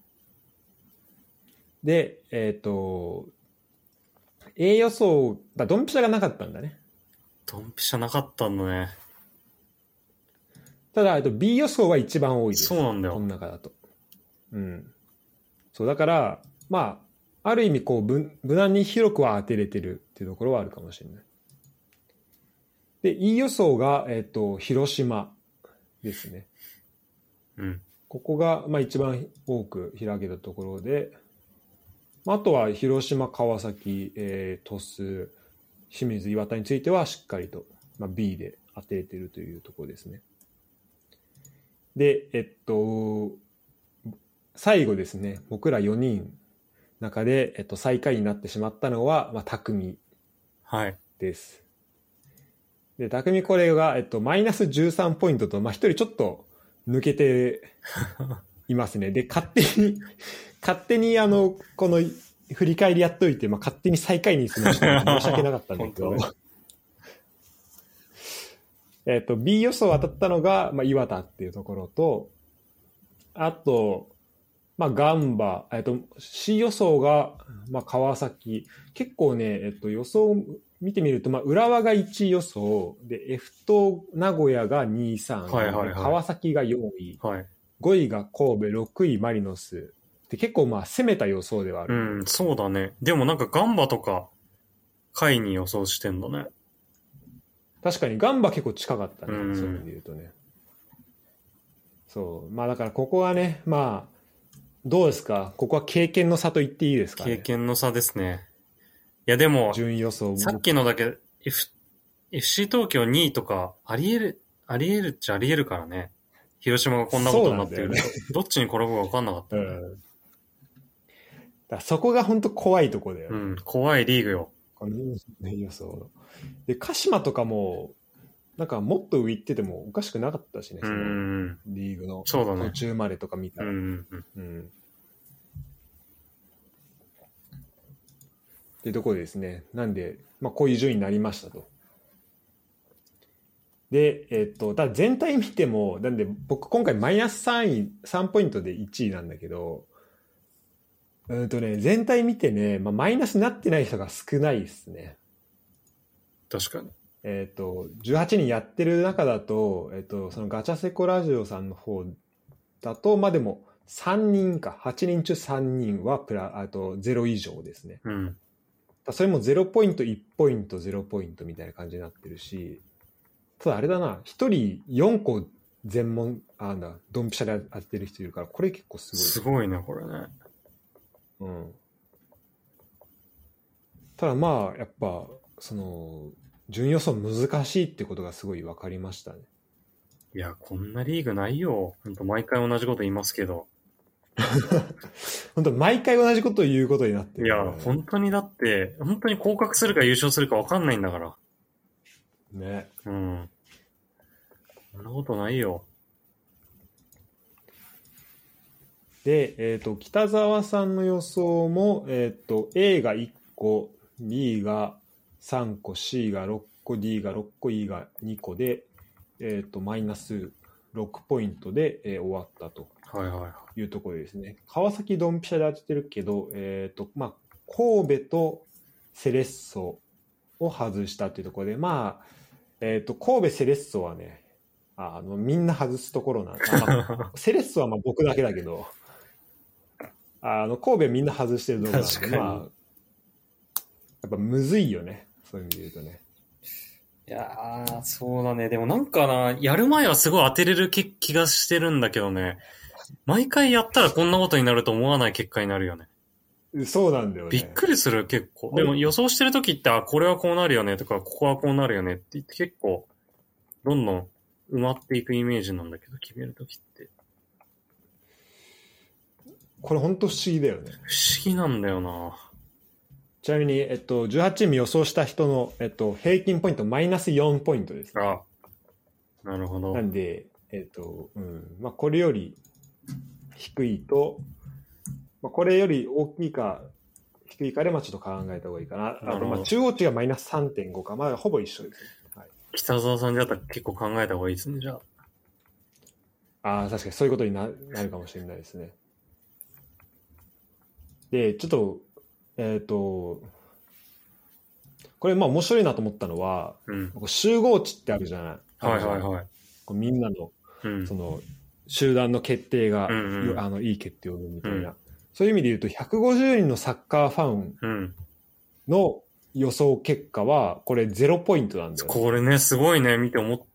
で、A 予想、ドンピシャがなかったんだね。 ドンピシャなかったんだね。 ただ、B 予想は一番多いです。 そうなんだよ。 この中だと。うん。そう、だから、まあ、ある意味、こう、無難に広くは当てれてるっていうところはあるかもしれない。で、E 予想が、広島ですね。 うん。 ここが、まあ、一番多く開けたところで、あとは広島、川崎、鳥栖、清水、岩田についてはしっかりと、まあ、B で当てれてるというところですね。で、最後ですね、僕ら4人の中で、最下位になってしまったのは、まあ、匠です。はい、で、匠これが、マイナス13ポイントと、まあ、一人ちょっと抜けていますね。で、勝手にこの振り返りやっといて、まあ、勝手に最下位にするのは申し訳なかったんだけど、B 予想当たったのが、まあ、岩田っていうところと、あと、まあ、ガンバ、C 予想が、まあ、川崎。結構ね、予想見てみると、まあ、浦和が1予想、で、F と名古屋が2、3、 はいはいはい、 川崎が4位、 はい、 5位が神戸、6位マリノス。で、結構まあ、攻めた予想ではある。 うん、そうだね。でもなんかガンバとか、下位に予想してんだね。 確かにガンバ結構近かったね、そういう意味で言うとね。そう。まあだからここはね、まあ、どうですか？ここは経験の差と言っていいですかね？ 経験の差ですね。いやでも、 順位予想さっきのだけ、FC 東京2位とか、あり得るっちゃあり得るからね。広島がこんなことになってくると、ね、どっちに転ぶか分かんなかった、ね。 だそこが本当怖いとこだよ、ね。 うん、怖いリーグよ。 この予想で、鹿島とかも、なんかもっと上行っててもおかしくなかったしね、そのリーグの途中までとか見たら。っていうところですね。なんで、まあこういう順位になりましたと。で、ただ全体見ても、なんで僕今回マイナス3ポイントで1位なんだけど、全体見てね、まあ、マイナスになってない人が少ないですね。 確かに。 18人やってる中だと、そのガチャセコラジオさんの方だと、まあでも3人か、8人中3人はあと0以上ですね。 うん。 それも0ポイント、1ポイント、0ポイントみたいな感じになってるし、ただあれだな、1人4個全問、ドンピシャで当ててる人いるから、これ結構すごい。 すごいね、これね。 うん。ただまあ、やっぱ、その、順予想難しいってことがすごい分かりましたね。 いや、こんなリーグないよ。本当毎回同じこと言いますけど。 本当毎回同じことを言うことになってる、 ね。いや、本当にだって、本当に降格するか優勝するか分かんないんだから。 ね。 うん。そんなことないよ。 で、北沢さんの予想も、A が1個、B が3個、C が6個、D が6個、E が2個で、マイナス6ポイントで、終わったというところですね。川崎ドンピシャで当ててるけど、まあ、神戸とセレッソを外したというところで、まあ、神戸セレッソはね、みんな外すところなんで、セレッソはまあ僕だけだけど、神戸みんな外してるところなんで、まあ、やっぱむずいよね。そういう意味で言うとね。 いやー、そうだね。でもなんかな、やる前はすごい当てれる気がしてるんだけどね。毎回やったらこんなことになると思わない結果になるよね。 そうなんだよね。 びっくりする、結構。でも予想してるときって、これはこうなるよねとか、ここはこうなるよねって言って結構、どんどん埋まっていくイメージなんだけど、決めるときって。 これほんと不思議だよね。 不思議なんだよな。 ちなみに、18チーム予想した人の、平均ポイントマイナス4ポイントです、ね。 あ、なるほど。 なんで、まあ、これより低いと、まあ、これより大きいか低いかで、まあ、ちょっと考えた方がいいかな。あと、まあ、中央値がマイナス 3.5 か、まあ、ほぼ一緒ですね。はい、 北澤さんじゃったら結構考えた方がいいですね、じゃあ。確かにそういうことになるかもしれないですね。で、ちょっと、これまあ面白いなと思ったのは、集合値ってあるじゃない。 はいはいはい。 みんなの、その集団の決定が、いい決定を生むみたいな、そういう意味で言うと150人のサッカーファンの予想結果はこれ0ポイントなんだよね。 これね、すごいね、見て思った。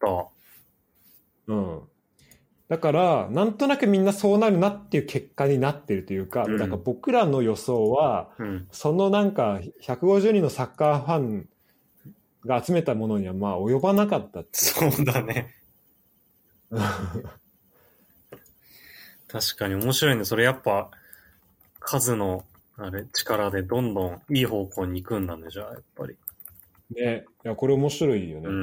だからなんとなくみんなそうなるなっていう結果になってるというか、だから僕らの予想は、そのなんか150人のサッカーファンが集めたものにはまあ及ばなかったって。 そうだね。確かに面白いね。それやっぱ数の力でどんどんいい方向に行くんだね、じゃあやっぱり。 ね、いやこれ面白いよね。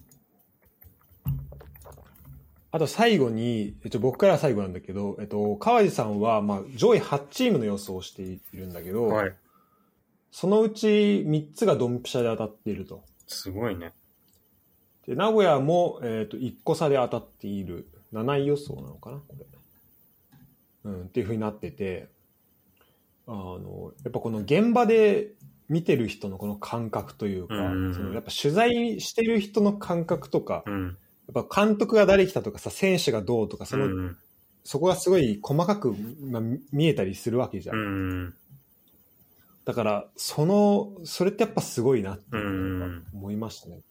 あと最後に、僕から最後なんだけど、川地さんは、まあ、上位8チームの予想をしているんだけど、そのうち3つがドンピシャで当たっていると。 すごいね。 で名古屋も、1個差で当たっている。7位予想なのかなこれ。っていう風になってて、やっぱこの現場で見てる人のこの感覚というか、そのやっぱ取材してる人の感覚とか、やっぱ監督が誰来たとかさ、選手がどうとか、そこがすごい細かく、見えたりするわけじゃん。だから、それってやっぱすごいなって思いましたね。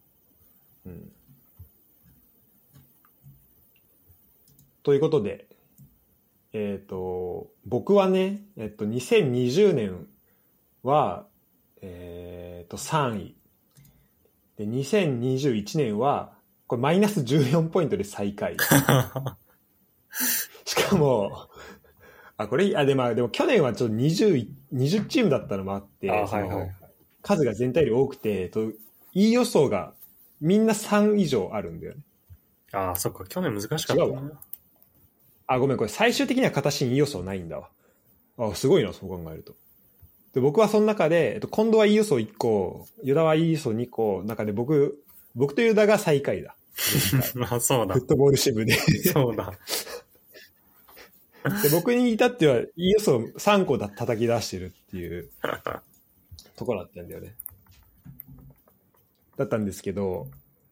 ということで、僕はね、2020年は、3位。で、2021年は、これマイナス14ポイントで最下位。しかも、でも去年はちょっと20チームだったのもあって、数が全体より多くて、いい予想がみんな3以上あるんだよね。 ああ、そっか、去年難しかったな。 違うわ。ごめん、これ最終的には形にいい予想ないんだわ。すごいな、そう考えると。で僕はその中で、近藤はいい予想1個、ユダはいい予想2個、中で僕とユダが最下位だ。 そうだ。 フットボール支部で。 そうだ。 で僕に至ってはいい予想3個叩き出してるっていうところだったんだよね。だったんですけど、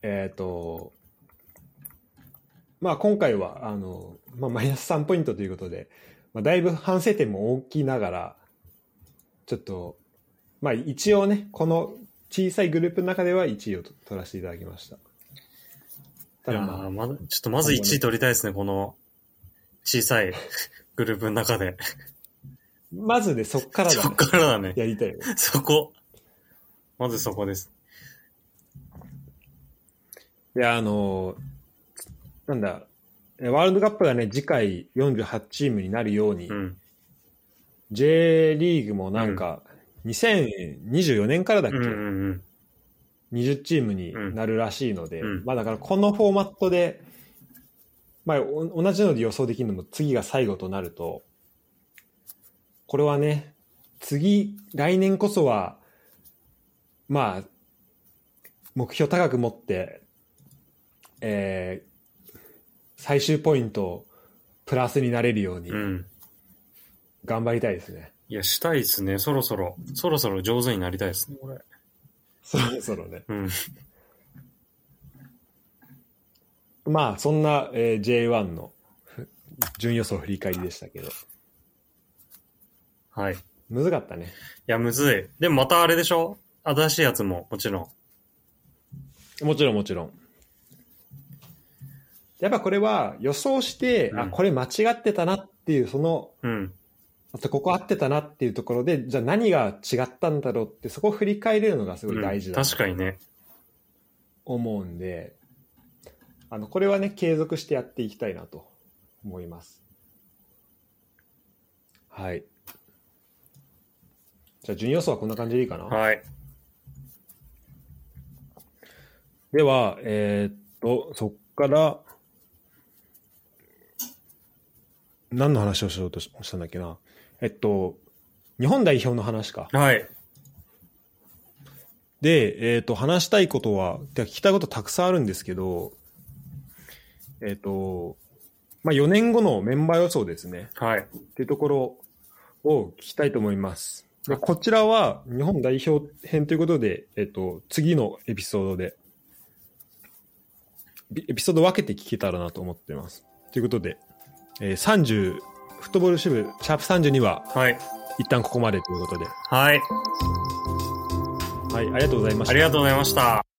まあ今回はマイナス3ポイントということで、だいぶ反省点も大きいながら、ちょっとまあ一応ね、この小さいグループの中では1位を取らせていただきました。 ただちょっとまず1位取りたいですね、この小さいグループの中で。 まずでそっからだね。 そっからだね。 やりたいよね。 そこ。まずそこです。 いや、なんだ、ワールドカップがね、次回48チームになるように、J リーグもなんか、2024年からだっけ、 20チームになるらしいので、 うんまあだからこのフォーマットで、まあ同じので予想できるのも次が最後となると、これはね、来年こそは、まあ、目標高く持って、最終ポイントプラスになれるように頑張りたいですね。 いや、したいですね。そろそろ上手になりたいですね、これ。 そろそろね。 うん。 まあ、そんな、J1 の順予想振り返りでしたけど。 はい。 むずかったね。 いや、むずい。でもまたあれでしょ？新しいやつも、もちろん。 もちろんもちろん。やっぱこれは予想して、 うん、 あ、これ間違ってたなっていう、その、 うん。 あとここ合ってたなっていうところで、じゃあ何が違ったんだろうって、そこを振り返れるのがすごい大事だ、 確かにね。 思うんで、これはね、継続してやっていきたいなと思います。はい。じゃあ順予想はこんな感じでいいかな。 はい。 では、そっから、何の話をしようとしたんだっけな。日本代表の話か。 はい。 で、話したいことは、聞きたいことたくさんあるんですけど、まあ、4年後のメンバー予想ですね。 はい。 っていうところを聞きたいと思います。でこちらは日本代表編ということで、次のエピソードで、エピソード分けて聞けたらなと思っています。ということで、30、フットボール支部、シャープ32は、 はい。 一旦ここまでということで。 はい。 はい、ありがとうございました。 ありがとうございました。